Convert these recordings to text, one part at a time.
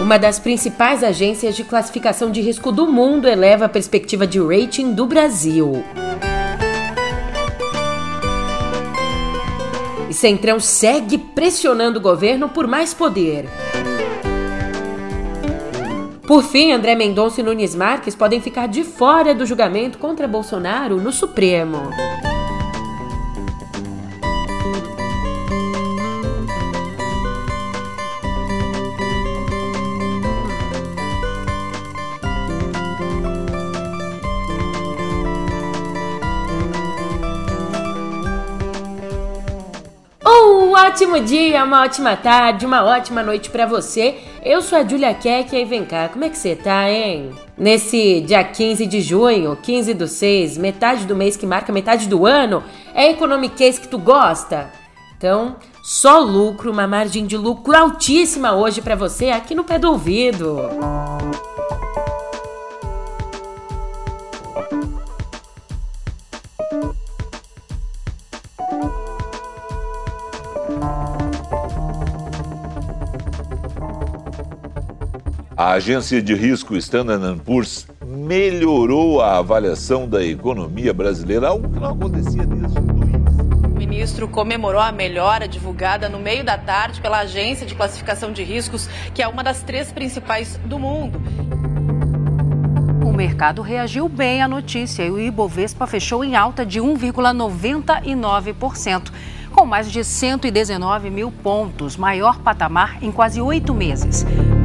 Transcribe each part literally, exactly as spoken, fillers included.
Uma das principais agências de classificação de risco do mundo eleva a perspectiva de rating do Brasil. E Centrão segue pressionando o governo por mais poder. Por fim, André Mendonça e Nunes Marques podem ficar de fora do julgamento contra Bolsonaro no Supremo. Um ótimo dia, uma ótima tarde, uma ótima noite pra você. Eu sou a Julia Keck e aí vem cá, como é que você tá, hein? Nesse dia quinze de junho, quinze do seis, metade do mês que marca metade do ano, é economiquez que tu gosta? Então, só lucro, uma margem de lucro altíssima hoje pra você aqui no pé do ouvido. A agência de risco Standard and Poor's melhorou a avaliação da economia brasileira, algo que não acontecia desde dois mil. O ministro comemorou a melhora divulgada no meio da tarde pela agência de classificação de riscos, que é uma das três principais do mundo. O mercado reagiu bem à notícia e o Ibovespa fechou em alta de um vírgula noventa e nove por cento, com mais de cento e dezenove mil pontos, maior patamar em quase oito meses.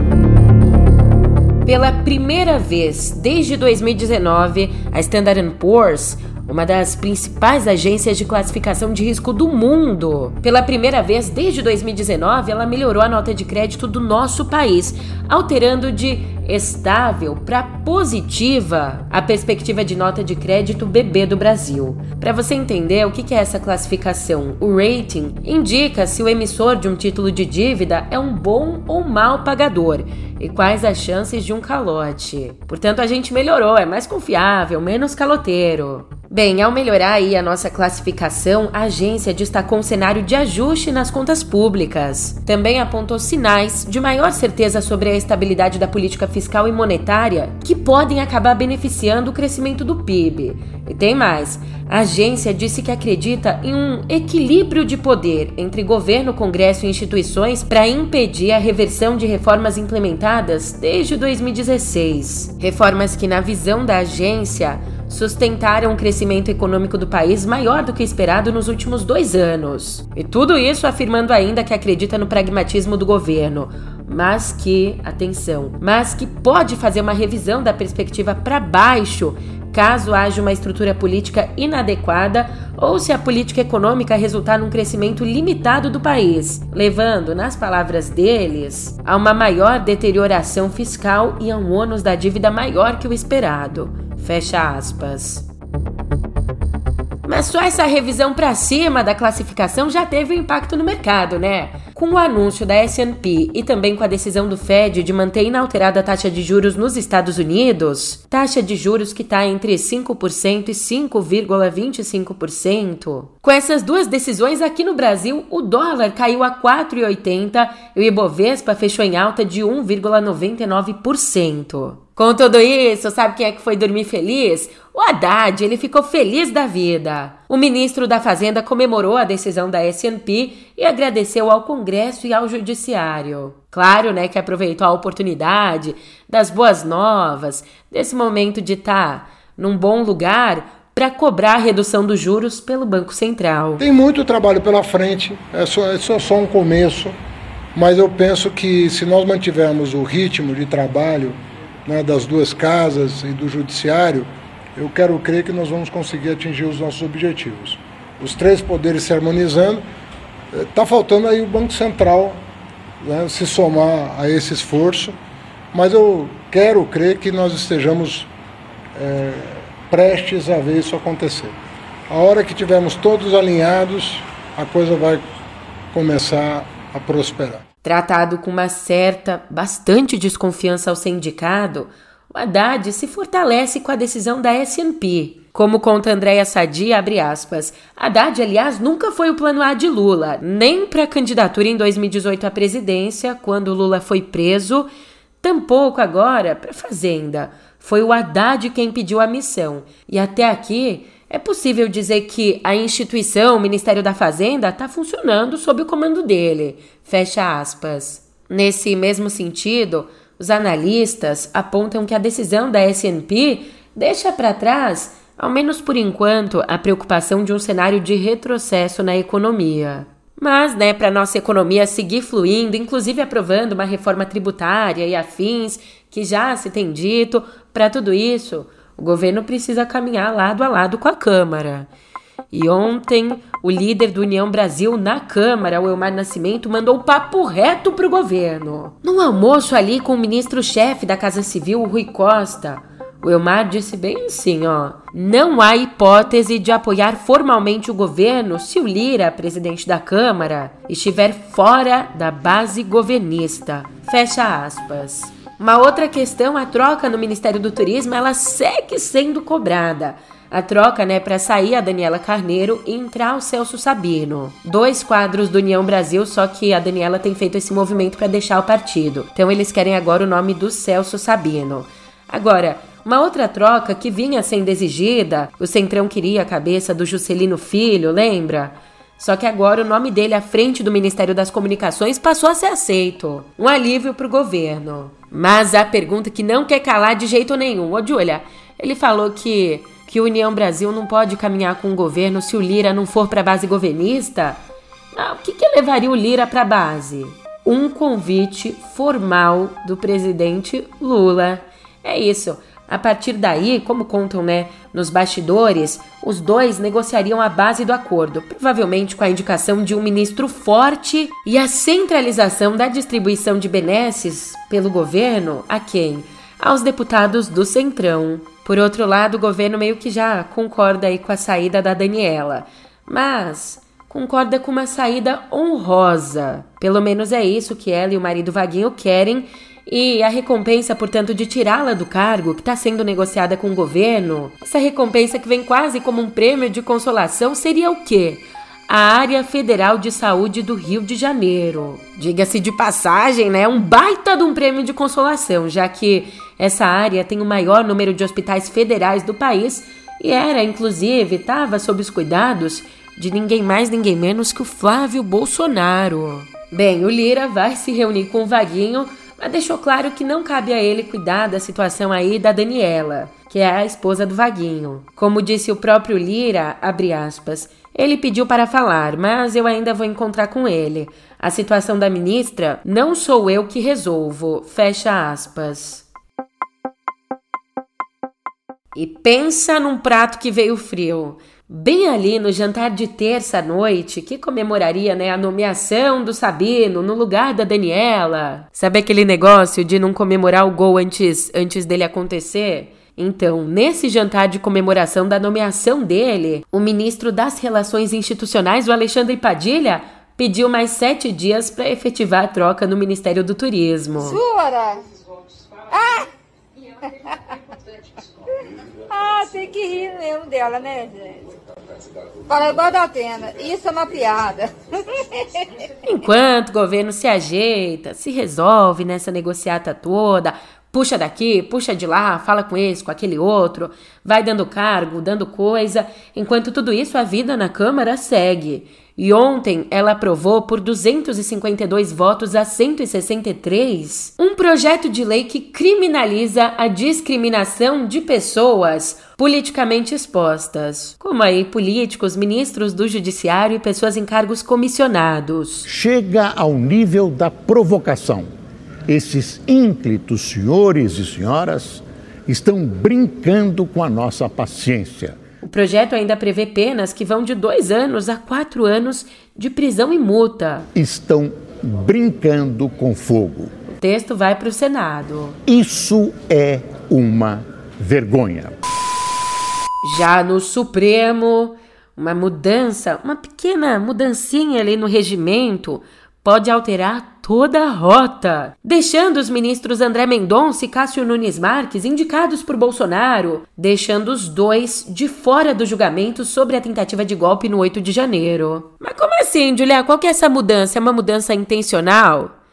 Pela primeira vez desde dois mil e dezenove, a Standard and Poor's, uma das principais agências de classificação de risco do mundo, pela primeira vez desde dois mil e dezenove, ela melhorou a nota de crédito do nosso país, alterando de estável para positiva a perspectiva de nota de crédito B B do Brasil. Para você entender o que é essa classificação, o rating indica se o emissor de um título de dívida é um bom ou mau pagador e quais as chances de um calote. Portanto, a gente melhorou, é mais confiável, menos caloteiro. Bem, ao melhorar aí a nossa classificação, a agência destacou um cenário de ajuste nas contas públicas. Também apontou sinais de maior certeza sobre a estabilidade da política fiscal e monetária que podem acabar beneficiando o crescimento do P I B. E tem mais, a agência disse que acredita em um equilíbrio de poder entre governo, congresso e instituições para impedir a reversão de reformas implementadas desde dois mil e dezesseis. Reformas que, na visão da agência, sustentaram um crescimento econômico do país maior do que esperado nos últimos dois anos. E tudo isso afirmando ainda que acredita no pragmatismo do governo, mas que, atenção, mas que pode fazer uma revisão da perspectiva para baixo caso haja uma estrutura política inadequada ou se a política econômica resultar num crescimento limitado do país, levando, nas palavras deles, a uma maior deterioração fiscal e a um ônus da dívida maior que o esperado. Fecha aspas. Mas só essa revisão para cima da classificação já teve um impacto no mercado, né? Com o anúncio da S and P e também com a decisão do Fed de manter inalterada a taxa de juros nos Estados Unidos, taxa de juros que está entre cinco por cento e cinco vírgula vinte e cinco por cento. Com essas duas decisões aqui no Brasil, o dólar caiu a quatro vírgula oitenta e o Ibovespa fechou em alta de um vírgula noventa e nove por cento. Com tudo isso, sabe quem é que foi dormir feliz? O Haddad, ele ficou feliz da vida. O ministro da Fazenda comemorou a decisão da S and P e agradeceu ao Congresso e ao Judiciário. Claro, né, que aproveitou a oportunidade das boas novas, desse momento de estar num bom lugar para cobrar a redução dos juros pelo Banco Central. Tem muito trabalho pela frente, é só, é só, só um começo, mas eu penso que se nós mantivermos o ritmo de trabalho, né, das duas casas e do judiciário, eu quero crer que nós vamos conseguir atingir os nossos objetivos. Os três poderes se harmonizando, está faltando aí o Banco Central, né, se somar a esse esforço, mas eu quero crer que nós estejamos é, prestes a ver isso acontecer. A hora que tivermos todos alinhados, a coisa vai começar a prosperar. Tratado com uma certa, bastante desconfiança ao ser indicado, o Haddad se fortalece com a decisão da S and P. Como conta Andréa Sadi, abre aspas, Haddad, aliás, nunca foi o plano A de Lula, nem para a candidatura em dois mil e dezoito à presidência, quando Lula foi preso, Tampouco agora para a Fazenda. Foi o Haddad quem pediu a missão. E até aqui é possível dizer que a instituição, o Ministério da Fazenda, está funcionando sob o comando dele. Fecha aspas. Nesse mesmo sentido, os analistas apontam que a decisão da S and P deixa para trás, ao menos por enquanto, a preocupação de um cenário de retrocesso na economia. Mas, né, para nossa economia seguir fluindo, inclusive aprovando uma reforma tributária e afins, que já se tem dito, para tudo isso, o governo precisa caminhar lado a lado com a Câmara. E ontem, o líder do União Brasil na Câmara, o Elmar Nascimento, mandou papo reto pro governo. Num almoço ali com o ministro-chefe da Casa Civil, o Rui Costa, o Elmar disse bem assim, ó, não há hipótese de apoiar formalmente o governo se o Lira, presidente da Câmara, estiver fora da base governista. Fecha aspas. Uma outra questão, a troca no Ministério do Turismo, ela segue sendo cobrada. A troca, né, para sair a Daniela Carneiro e entrar o Celso Sabino. Dois quadros do União Brasil, só que a Daniela tem feito esse movimento para deixar o partido. Então eles querem agora o nome do Celso Sabino. Agora, uma outra troca que vinha sendo exigida, o Centrão queria a cabeça do Juscelino Filho, lembra? Só que agora o nome dele à frente do Ministério das Comunicações passou a ser aceito. Um alívio para o governo. Mas a pergunta que não quer calar de jeito nenhum. Ô, Júlia, ele falou que, que o União Brasil não pode caminhar com o governo se o Lira não for para a base governista? Ah, o que, que levaria o Lira para a base? Um convite formal do presidente Lula. É isso. A partir daí, como contam, né, nos bastidores, os dois negociariam a base do acordo, provavelmente com a indicação de um ministro forte e a centralização da distribuição de benesses pelo governo a quem? Aos deputados do Centrão. Por outro lado, o governo meio que já concorda aí com a saída da Daniela, mas concorda com uma saída honrosa. Pelo menos é isso que ela e o marido Vaguinho querem. E a recompensa, portanto, de tirá-la do cargo, que está sendo negociada com o governo, essa recompensa que vem quase como um prêmio de consolação, seria o quê? A Área Federal de Saúde do Rio de Janeiro. Diga-se de passagem, né? Um baita de um prêmio de consolação, já que essa área tem o maior número de hospitais federais do país e era, inclusive, estava sob os cuidados de ninguém mais, ninguém menos que o Flávio Bolsonaro. Bem, o Lira vai se reunir com o Vaguinho, mas deixou claro que não cabe a ele cuidar da situação aí da Daniela, que é a esposa do Vaguinho. Como disse o próprio Lira, abre aspas, ele pediu para falar, mas eu ainda vou encontrar com ele. A situação da ministra não sou eu que resolvo, fecha aspas. E pensa num prato que veio frio. Bem ali no jantar de terça-noite, que comemoraria, né, a nomeação do Sabino no lugar da Daniela. Sabe aquele negócio de não comemorar o gol antes, antes dele acontecer? Então, nesse jantar de comemoração da nomeação dele, o ministro das Relações Institucionais, o Alexandre Padilha, pediu mais sete dias para efetivar a troca no Ministério do Turismo. Jura? Ah! Ah, tem que rir mesmo dela, né, gente? Fala igual da Atena, isso é uma piada. Enquanto o governo se ajeita, se resolve nessa negociata toda, puxa daqui, puxa de lá, fala com esse, com aquele outro, vai dando cargo, dando coisa, enquanto tudo isso a vida na Câmara segue. E ontem ela aprovou por duzentos e cinquenta e dois votos a cento e sessenta e três um projeto de lei que criminaliza a discriminação de pessoas politicamente expostas, como aí políticos, ministros do judiciário e pessoas em cargos comissionados. Chega ao nível da provocação. Esses ínclitos senhores e senhoras estão brincando com a nossa paciência. O projeto ainda prevê penas que vão de dois anos a quatro anos de prisão e multa. Estão brincando com fogo. O texto vai para o Senado. Isso é uma vergonha. Já no Supremo, uma mudança, uma pequena mudancinha ali no regimento pode alterar toda a rota, deixando os ministros André Mendonça e Cássio Nunes Marques indicados por Bolsonaro, deixando os dois de fora do julgamento sobre a tentativa de golpe no oito de janeiro. Mas como assim, Julia? Qual que é essa mudança? É uma mudança intencional?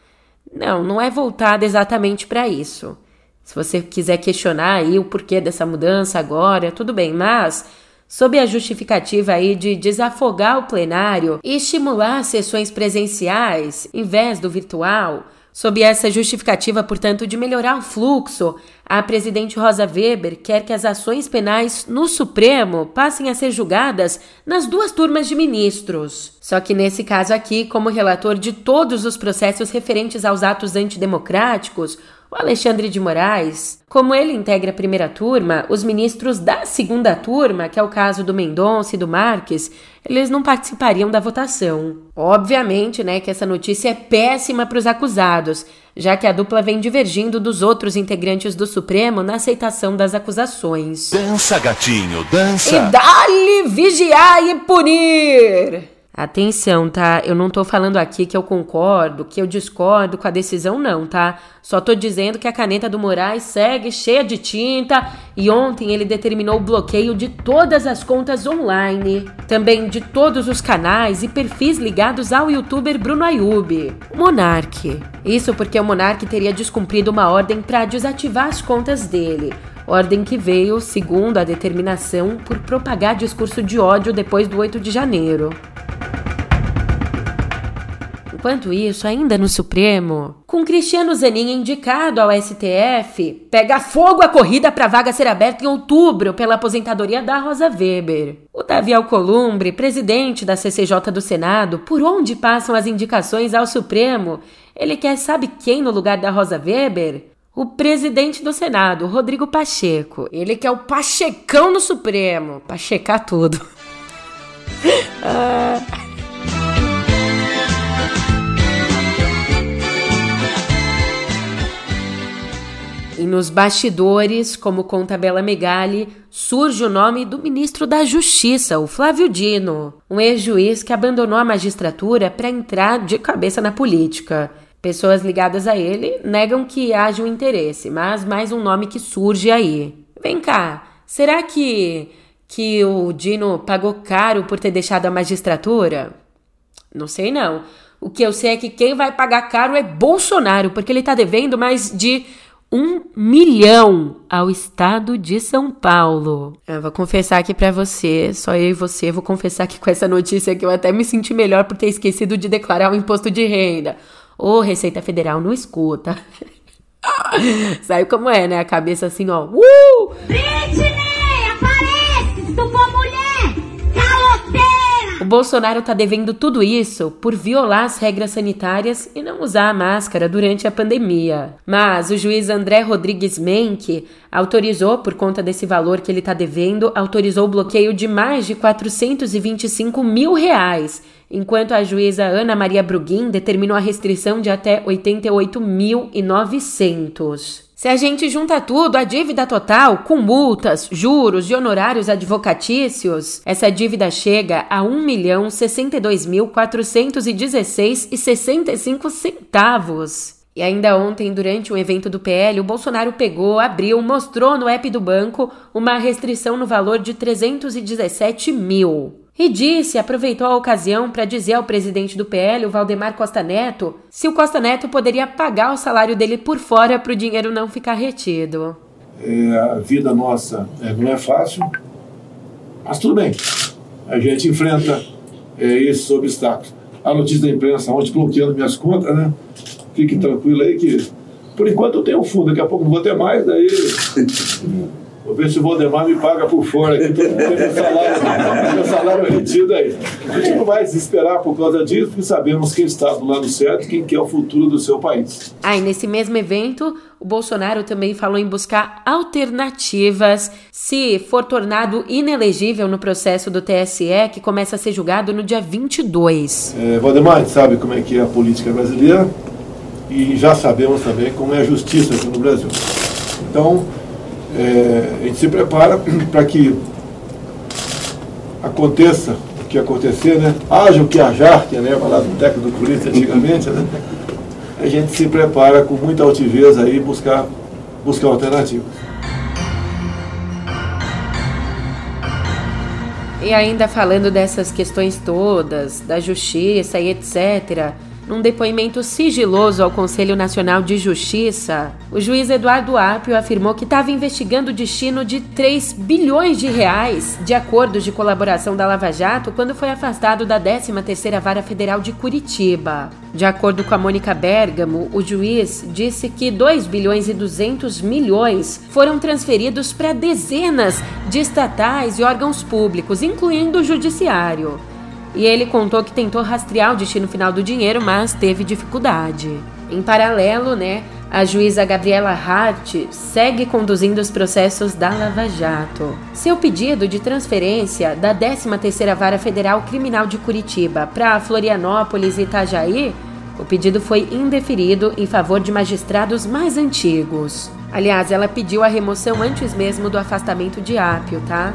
Não, não é voltada exatamente para isso. Se você quiser questionar aí o porquê dessa mudança agora, tudo bem, mas sob a justificativa aí de desafogar o plenário e estimular sessões presenciais em vez do virtual, sob essa justificativa, portanto, de melhorar o fluxo, a presidente Rosa Weber quer que as ações penais no Supremo passem a ser julgadas nas duas turmas de ministros. Só que nesse caso aqui, como relator de todos os processos referentes aos atos antidemocráticos, o Alexandre de Moraes, como ele integra a primeira turma, os ministros da segunda turma, que é o caso do Mendonça e do Marques, eles não participariam da votação. Obviamente, né, que essa notícia é péssima para os acusados, já que a dupla vem divergindo dos outros integrantes do Supremo na aceitação das acusações. Dança, gatinho, dança! E dá-lhe vigiar e punir! Atenção, tá? Eu não tô falando aqui que eu concordo, que eu discordo com a decisão, não, tá? Só tô dizendo que a caneta do Moraes segue cheia de tinta e ontem ele determinou o bloqueio de todas as contas online, também de todos os canais e perfis ligados ao youtuber Bruno Ayub, o Monark. Isso porque o Monark teria descumprido uma ordem para desativar as contas dele. Ordem que veio, segundo a determinação, por propagar discurso de ódio depois do oito de janeiro. Enquanto isso, ainda no Supremo, com Cristiano Zanin indicado ao S T F, pega fogo a corrida para a vaga ser aberta em outubro pela aposentadoria da Rosa Weber. O Davi Alcolumbre, presidente da C C J do Senado, por onde passam as indicações ao Supremo, ele quer sabe quem no lugar da Rosa Weber? O presidente do Senado, Rodrigo Pacheco. Ele quer o Pachecão no Supremo, pra checar tudo. ah... E nos bastidores, como conta Bela Megali, surge o nome do ministro da Justiça, o Flávio Dino, um ex-juiz que abandonou a magistratura para entrar de cabeça na política. Pessoas ligadas a ele negam que haja um interesse, mas mais um nome que surge aí. Vem cá, será que, que o Dino pagou caro por ter deixado a magistratura? Não sei não. O que eu sei é que quem vai pagar caro é Bolsonaro, porque ele tá devendo mais de um milhão ao estado de São Paulo. Eu vou confessar aqui pra você, só eu e você, vou confessar que com essa notícia que eu até me senti melhor por ter esquecido de declarar o imposto de renda. Ô, Receita Federal, não escuta. Sabe como é, né? A cabeça assim, ó. Uh! Britney, aparece! Se tu for mulher, caloteira! O Bolsonaro tá devendo tudo isso por violar as regras sanitárias e não usar a máscara durante a pandemia. Mas o juiz André Rodrigues Menck autorizou, por conta desse valor que ele tá devendo, autorizou o bloqueio de mais de quatrocentos e vinte e cinco mil reais, enquanto a juíza Ana Maria Bruguin determinou a restrição de até oitenta e oito mil e novecentos. Se a gente junta tudo, a dívida total, com multas, juros e honorários advocatícios, essa dívida chega a um milhão sessenta e dois mil quatrocentos e dezesseis reais e sessenta e cinco centavos. E ainda ontem, durante um evento do P L, o Bolsonaro pegou, abriu, mostrou no app do banco uma restrição no valor de trezentos e dezessete mil. E disse, aproveitou a ocasião para dizer ao presidente do P L, o Valdemar Costa Neto, se o Costa Neto poderia pagar o salário dele por fora para o dinheiro não ficar retido. É, a vida nossa é, não é fácil, mas tudo bem. A gente enfrenta é, esses obstáculos. A notícia da imprensa ontem bloqueando minhas contas, né? Fique tranquilo aí que, por enquanto, eu tenho um fundo, daqui a pouco não vou ter mais, daí... Vou ver se o Valdemar me paga por fora aqui, todo mundo tem meu salário, meu salário retido aí. A gente não vai desesperar por causa disso, porque sabemos quem está do lado certo, quem quer o futuro do seu país. Ah, e nesse mesmo evento, o Bolsonaro também falou em buscar alternativas se for tornado inelegível no processo do T S E, que começa a ser julgado no dia vinte e dois. É, Valdemar, a gente sabe como é que é a política brasileira e já sabemos também como é a justiça aqui no Brasil. Então, É, a gente se prepara para que aconteça o que acontecer, né? Haja o que hajar, que é lá do técnico do Corinthians antigamente, né? A gente se prepara com muita altivez aí buscar, buscar alternativas. E ainda falando dessas questões todas, da justiça e etcétera, num depoimento sigiloso ao Conselho Nacional de Justiça, o juiz Eduardo Apio afirmou que estava investigando o destino de três bilhões de reais de acordos de colaboração da Lava Jato quando foi afastado da décima terceira Vara Federal de Curitiba. De acordo com a Mônica Bergamo, o juiz disse que dois bilhões e duzentos milhões foram transferidos para dezenas de estatais e órgãos públicos, incluindo o judiciário. E ele contou que tentou rastrear o destino final do dinheiro, mas teve dificuldade. Em paralelo, né, a juíza Gabriela Hart segue conduzindo os processos da Lava Jato. Seu pedido de transferência da décima terceira Vara Federal Criminal de Curitiba para Florianópolis e Itajaí, o pedido foi indeferido em favor de magistrados mais antigos. Aliás, ela pediu a remoção antes mesmo do afastamento de Apio, tá?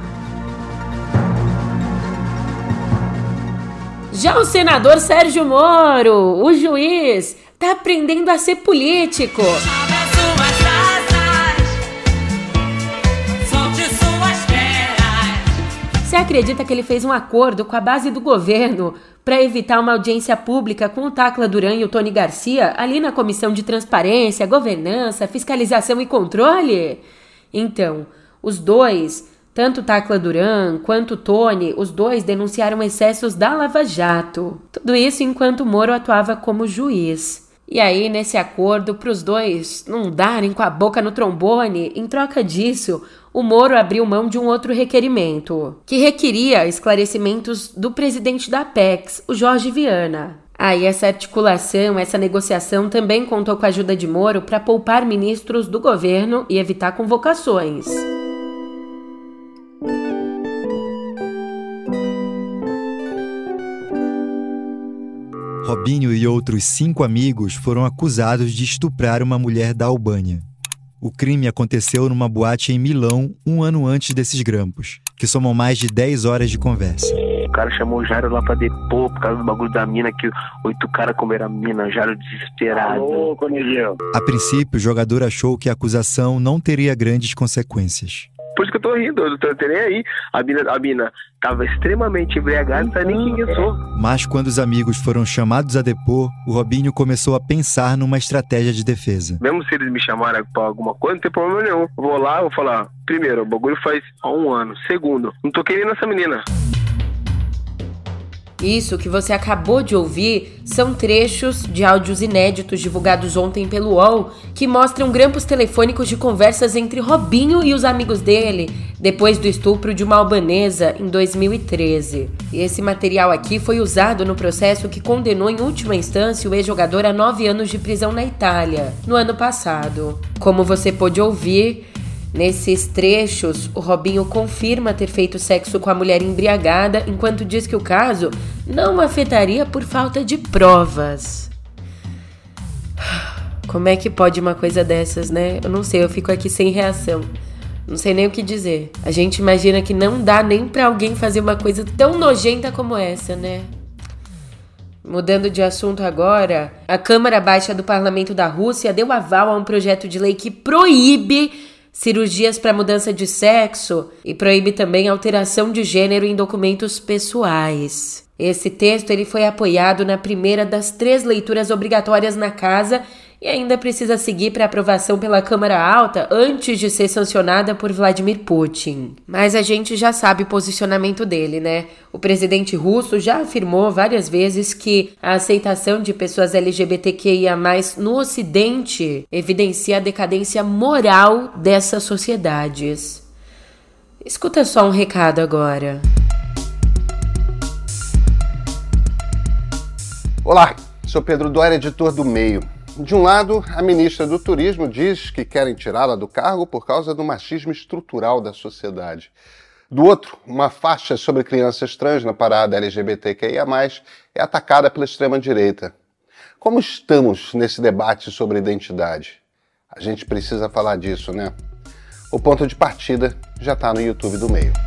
Já o senador Sérgio Moro, o juiz, tá aprendendo a ser político. Você acredita que ele fez um acordo com a base do governo para evitar uma audiência pública com o Tacla Duran e o Tony Garcia ali na Comissão de Transparência, Governança, Fiscalização e Controle? Então, os dois, tanto Tacla Duran quanto Tony, os dois denunciaram excessos da Lava Jato. Tudo isso enquanto Moro atuava como juiz. E aí, nesse acordo, para os dois não darem com a boca no trombone, em troca disso, o Moro abriu mão de um outro requerimento, que requeria esclarecimentos do presidente da Apex, o Jorge Viana. Aí, ah, essa articulação, essa negociação também contou com a ajuda de Moro para poupar ministros do governo e evitar convocações. Robinho e outros cinco amigos foram acusados de estuprar uma mulher da Albânia. O crime aconteceu numa boate em Milão um ano antes desses grampos, que somam mais de dez horas de conversa. O cara chamou o Jairo lá pra depor por causa do bagulho da mina, que oito caras comeram a mina, Jairo desesperado. Alô, Cornelião. A princípio, o jogador achou que a acusação não teria grandes consequências. Por isso que eu tô rindo, eu não tô nem aí. A mina, a mina tava extremamente embriagada, não sabe nem quem eu sou. Mas quando os amigos foram chamados a depor, o Robinho começou a pensar numa estratégia de defesa. Mesmo se eles me chamarem pra alguma coisa, não tem problema nenhum. Vou lá, vou falar, primeiro, o bagulho faz há um ano. Segundo, não tô querendo essa menina. Isso que você acabou de ouvir são trechos de áudios inéditos divulgados ontem pelo U O L que mostram grampos telefônicos de conversas entre Robinho e os amigos dele depois do estupro de uma albanesa em dois mil e treze. E esse material aqui foi usado no processo que condenou em última instância o ex-jogador a nove anos de prisão na Itália, no ano passado. Como você pôde ouvir, nesses trechos, o Robinho confirma ter feito sexo com a mulher embriagada, enquanto diz que o caso não afetaria por falta de provas. Como é que pode uma coisa dessas, né? Eu não sei, eu fico aqui sem reação. Não sei nem o que dizer. A gente imagina que não dá nem pra alguém fazer uma coisa tão nojenta como essa, né? Mudando de assunto agora, a Câmara Baixa do Parlamento da Rússia deu aval a um projeto de lei que proíbe cirurgias para mudança de sexo e proíbe também alteração de gênero em documentos pessoais. Esse texto ele foi apoiado na primeira das três leituras obrigatórias na casa e ainda precisa seguir para aprovação pela Câmara Alta antes de ser sancionada por Vladimir Putin. Mas a gente já sabe o posicionamento dele, né? O presidente russo já afirmou várias vezes que a aceitação de pessoas L G B T Q I A mais, no Ocidente evidencia a decadência moral dessas sociedades. Escuta só um recado agora. Olá, sou Pedro Doria, editor do Meio. De um lado, a ministra do Turismo diz que querem tirá-la do cargo por causa do machismo estrutural da sociedade. Do outro, uma faixa sobre crianças trans na parada L G B T Q I A mais, é atacada pela extrema-direita. Como estamos nesse debate sobre identidade? A gente precisa falar disso, né? O ponto de partida já está no YouTube do Meio.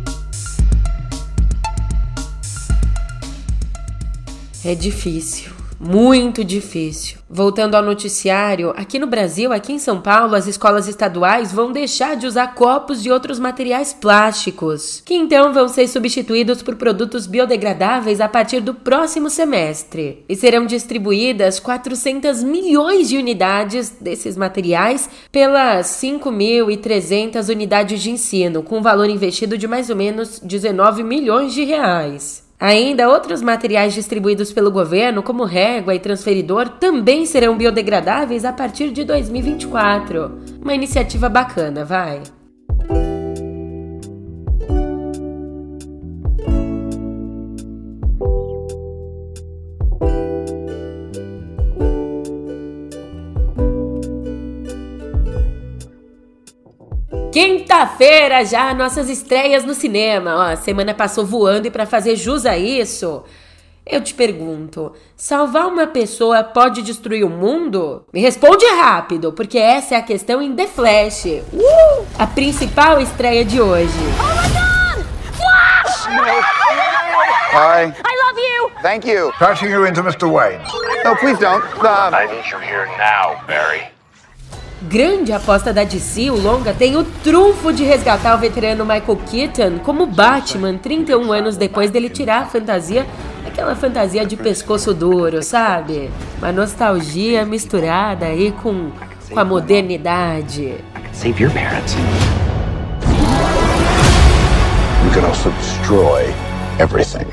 É difícil. muito difícil. Voltando ao noticiário, aqui no Brasil, aqui em São Paulo, as escolas estaduais vão deixar de usar copos e outros materiais plásticos, que então vão ser substituídos por produtos biodegradáveis a partir do próximo semestre. E serão distribuídas quatrocentos milhões de unidades desses materiais pelas cinco mil e trezentas unidades de ensino, com um valor investido de mais ou menos dezenove milhões de reais. Ainda outros materiais distribuídos pelo governo, como régua e transferidor, também serão biodegradáveis a partir de dois mil e vinte e quatro. Uma iniciativa bacana, vai! Quinta-feira já, nossas estreias no cinema. Ó, a semana passou voando e para fazer jus a isso, eu te pergunto, salvar uma pessoa pode destruir o mundo? Me responde rápido, porque essa é a questão em The Flash. Uh! A principal estreia de hoje. Oh my God! Flash! Hi. I love you! Thank you. Passing you into mister Wayne. No, please don't. Um... I need you here now, Barry. Grande aposta da D C, o longa tem o trunfo de resgatar o veterano Michael Keaton como Batman trinta e um anos depois dele tirar a fantasia, aquela fantasia de pescoço duro, sabe? Uma nostalgia misturada aí com, com a modernidade. Save your parents. You can also destroy everything.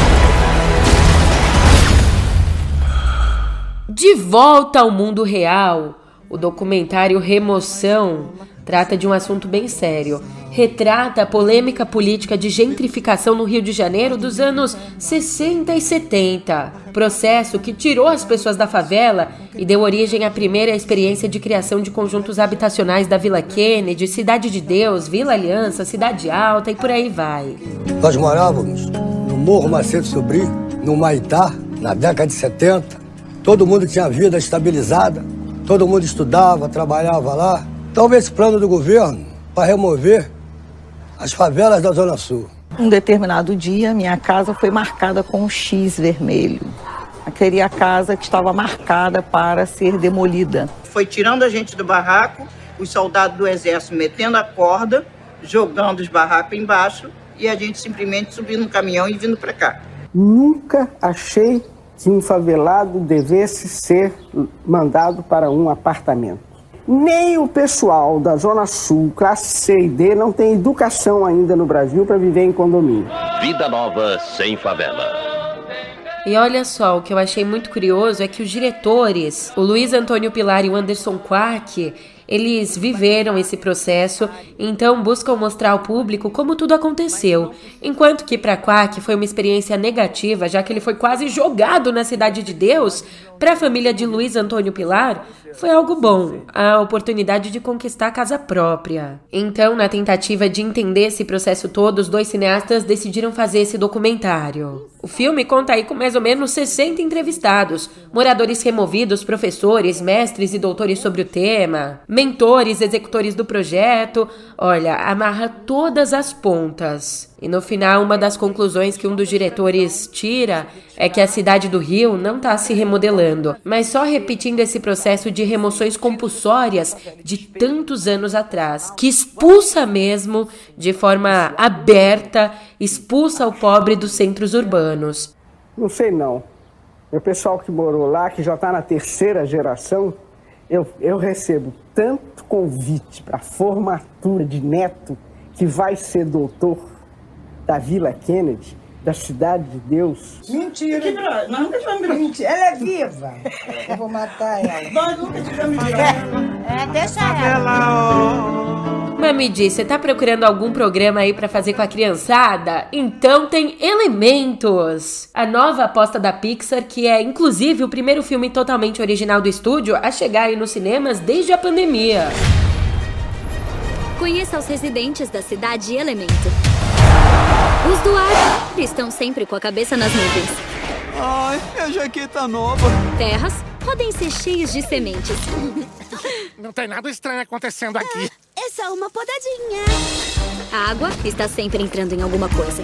De volta ao mundo real. O documentário Remoção trata de um assunto bem sério. Retrata a polêmica política de gentrificação no Rio de Janeiro dos anos sessenta e setenta. Processo que tirou as pessoas da favela e deu origem à primeira experiência de criação de conjuntos habitacionais da Vila Kennedy, Cidade de Deus, Vila Aliança, Cidade Alta e por aí vai. Nós morávamos no Morro Macedo Sobrinho, no Maitá, na década de setenta. Todo mundo tinha vida estabilizada. Todo mundo estudava, trabalhava lá. Então houve esse plano do governo para remover as favelas da Zona Sul. Um determinado dia, minha casa foi marcada com um X vermelho. Aquela a casa que estava marcada para ser demolida. Foi tirando a gente do barraco, os soldados do exército metendo a corda, jogando os barracos embaixo e a gente simplesmente subindo no caminhão e vindo para cá. Nunca achei que um favelado devesse ser mandado para um apartamento. Nem o pessoal da Zona Sul, classe C e D, não tem educação ainda no Brasil para viver em condomínio. Vida nova sem favela. E olha só, o que eu achei muito curioso é que os diretores, o Luiz Antônio Pilar e o Anderson Quack, eles viveram esse processo, então buscam mostrar ao público como tudo aconteceu. Enquanto que para Quack foi uma experiência negativa, já que ele foi quase jogado na Cidade de Deus, para a família de Luiz Antônio Pilar, foi algo bom, a oportunidade de conquistar a casa própria. Então, na tentativa de entender esse processo todo, os dois cineastas decidiram fazer esse documentário. O filme conta aí com mais ou menos sessenta entrevistados, moradores removidos, professores, mestres e doutores sobre o tema, mentores, executores do projeto. Olha, amarra todas as pontas. E no final, uma das conclusões que um dos diretores tira é que a cidade do Rio não está se remodelando, mas só repetindo esse processo de remoções compulsórias de tantos anos atrás, que expulsa mesmo, de forma aberta, expulsa o pobre dos centros urbanos. Não sei não. O pessoal que morou lá, que já está na terceira geração, eu, eu recebo tanto convite para formatura de neto que vai ser doutor da Vila Kennedy, da Cidade de Deus. Mentira. Que bra... Nós nunca tivemos mentira. Ela é viva. Eu vou matar ela. Nós nunca tivemos mentira. É, deixa ela. Mas me diz, você tá procurando algum programa aí pra fazer com a criançada? Então tem Elementos, a nova aposta da Pixar, que é inclusive o primeiro filme totalmente original do estúdio a chegar aí nos cinemas desde a pandemia. Conheça os residentes da cidade Elemento. Os do ar estão sempre com a cabeça nas nuvens. Ai, a jaqueta nova. Terras podem ser cheios de sementes. Não tem nada estranho acontecendo aqui. Ah, é só uma podadinha. A água está sempre entrando em alguma coisa.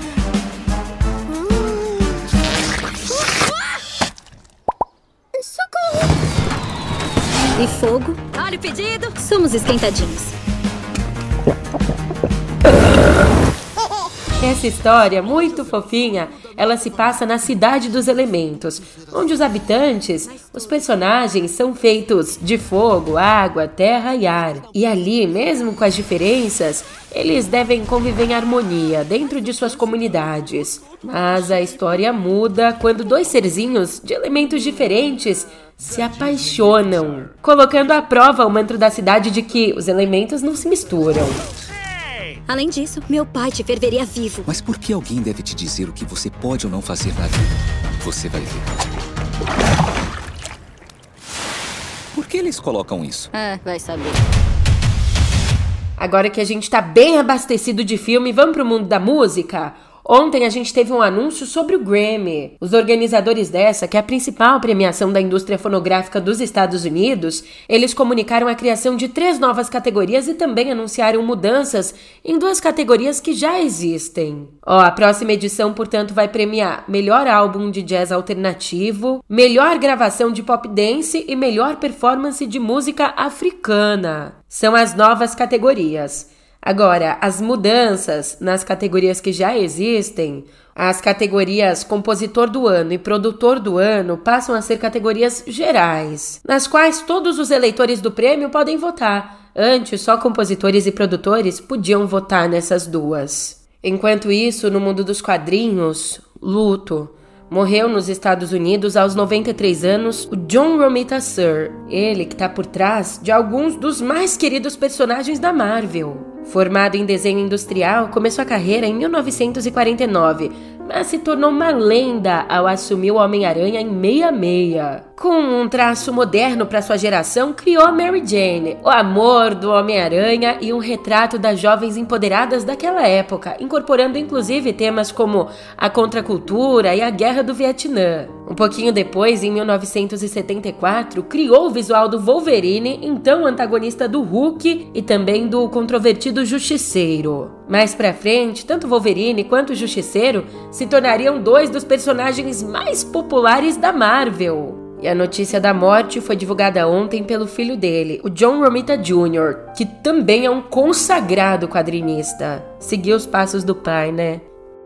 E fogo? Olha o pedido! Somos esquentadinhos. Essa história, muito fofinha, ela se passa na Cidade dos Elementos, onde os habitantes, os personagens, são feitos de fogo, água, terra e ar. E ali, mesmo com as diferenças, eles devem conviver em harmonia dentro de suas comunidades. Mas a história muda quando dois serzinhos de elementos diferentes se apaixonam, colocando à prova o mantra da cidade de que os elementos não se misturam. Além disso, meu pai te ferveria vivo. Mas por que alguém deve te dizer o que você pode ou não fazer na vida? Você vai ver. Por que eles colocam isso? Ah, vai saber. Agora que a gente tá bem abastecido de filme, vamos pro mundo da música? Ontem a gente teve um anúncio sobre o Grammy. Os organizadores dessa, que é a principal premiação da indústria fonográfica dos Estados Unidos, eles comunicaram a criação de três novas categorias e também anunciaram mudanças em duas categorias que já existem. Ó, a próxima edição, portanto, vai premiar melhor álbum de jazz alternativo, melhor gravação de pop dance e melhor performance de música africana. São as novas categorias. Agora, as mudanças nas categorias que já existem, as categorias Compositor do Ano e Produtor do Ano passam a ser categorias gerais, nas quais todos os eleitores do prêmio podem votar. Antes, só compositores e produtores podiam votar nessas duas. Enquanto isso, no mundo dos quadrinhos, luto. Morreu nos Estados Unidos aos noventa e três anos o John Romita Sr., ele que está por trás de alguns dos mais queridos personagens da Marvel. Formado em desenho industrial, começou a carreira em mil novecentos e quarenta e nove, mas se tornou uma lenda ao assumir o Homem-Aranha em sessenta e seis. Com um traço moderno para sua geração, criou a Mary Jane, o amor do Homem-Aranha e um retrato das jovens empoderadas daquela época, incorporando inclusive temas como a contracultura e a Guerra do Vietnã. Um pouquinho depois, em mil novecentos e setenta e quatro, criou o visual do Wolverine, então antagonista do Hulk e também do controvertido Justiceiro. Mais pra frente, tanto Wolverine quanto o Justiceiro se tornariam dois dos personagens mais populares da Marvel. E a notícia da morte foi divulgada ontem pelo filho dele, o John Romita Júnior, que também é um consagrado quadrinista. Seguiu os passos do pai, né?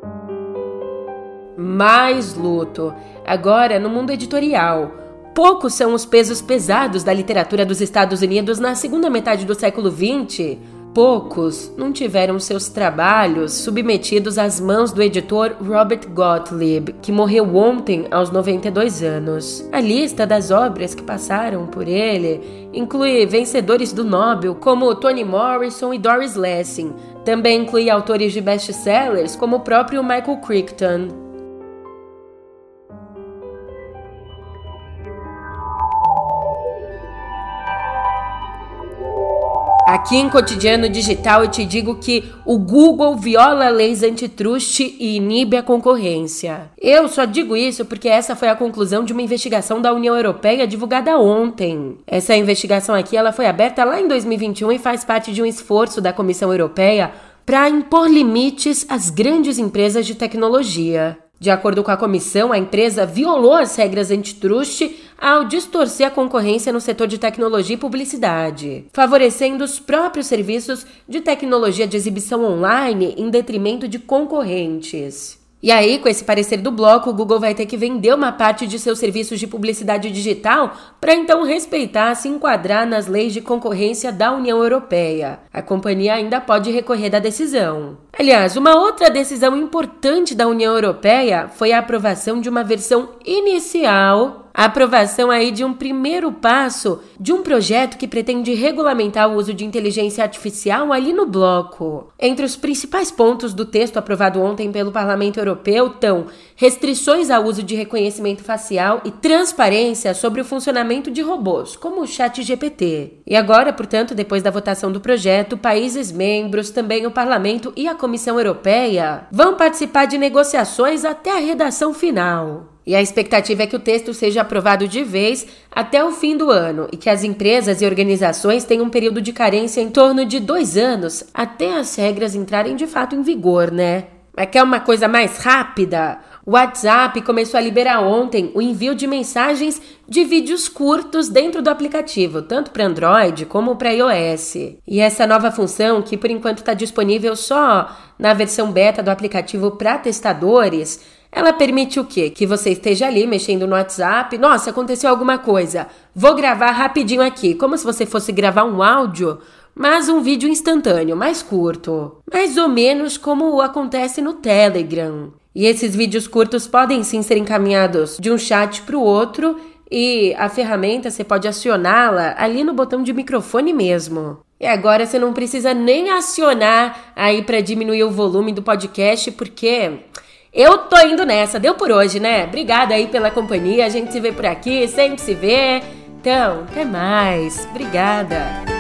Mais luto. Agora, no mundo editorial. Poucos são os pesos pesados da literatura dos Estados Unidos na segunda metade do século vinte. Poucos não tiveram seus trabalhos submetidos às mãos do editor Robert Gottlieb, que morreu ontem aos noventa e dois anos. A lista das obras que passaram por ele inclui vencedores do Nobel como Toni Morrison e Doris Lessing. Também inclui autores de best-sellers como o próprio Michael Crichton. Aqui em Cotidiano Digital eu te digo que o Google viola leis antitrust e inibe a concorrência. Eu só digo isso porque essa foi a conclusão de uma investigação da União Europeia divulgada ontem. Essa investigação aqui ela foi aberta lá em dois mil e vinte e um e faz parte de um esforço da Comissão Europeia para impor limites às grandes empresas de tecnologia. De acordo com a comissão, a empresa violou as regras antitrust ao distorcer a concorrência no setor de tecnologia e publicidade, favorecendo os próprios serviços de tecnologia de exibição online em detrimento de concorrentes. E aí, com esse parecer do bloco, o Google vai ter que vender uma parte de seus serviços de publicidade digital para então respeitar e se enquadrar nas leis de concorrência da União Europeia. A companhia ainda pode recorrer da decisão. Aliás, uma outra decisão importante da União Europeia foi a aprovação de uma versão inicial, a aprovação aí de um primeiro passo de um projeto que pretende regulamentar o uso de inteligência artificial ali no bloco. Entre os principais pontos do texto aprovado ontem pelo Parlamento Europeu estão restrições ao uso de reconhecimento facial e transparência sobre o funcionamento de robôs, como o ChatGPT. E agora, portanto, depois da votação do projeto, países membros, também o Parlamento e a Comissão Europeia vão participar de negociações até a redação final. E a expectativa é que o texto seja aprovado de vez até o fim do ano e que as empresas e organizações tenham um período de carência em torno de dois anos até as regras entrarem de fato em vigor, né? Mas quer uma coisa mais rápida? O WhatsApp começou a liberar ontem o envio de mensagens de vídeos curtos dentro do aplicativo, tanto para Android como para iOS. E essa nova função, que por enquanto está disponível só na versão beta do aplicativo para testadores, ela permite o quê? Que você esteja ali mexendo no WhatsApp. Nossa, aconteceu alguma coisa. Vou gravar rapidinho aqui, como se você fosse gravar um áudio, mas um vídeo instantâneo, mais curto. Mais ou menos como acontece no Telegram. E esses vídeos curtos podem sim ser encaminhados de um chat para o outro e a ferramenta você pode acioná-la ali no botão de microfone mesmo. E agora você não precisa nem acionar aí para diminuir o volume do podcast, porque eu tô indo nessa. Deu por hoje, né? Obrigada aí pela companhia. A gente se vê por aqui, sempre se vê. Então, até mais. Obrigada.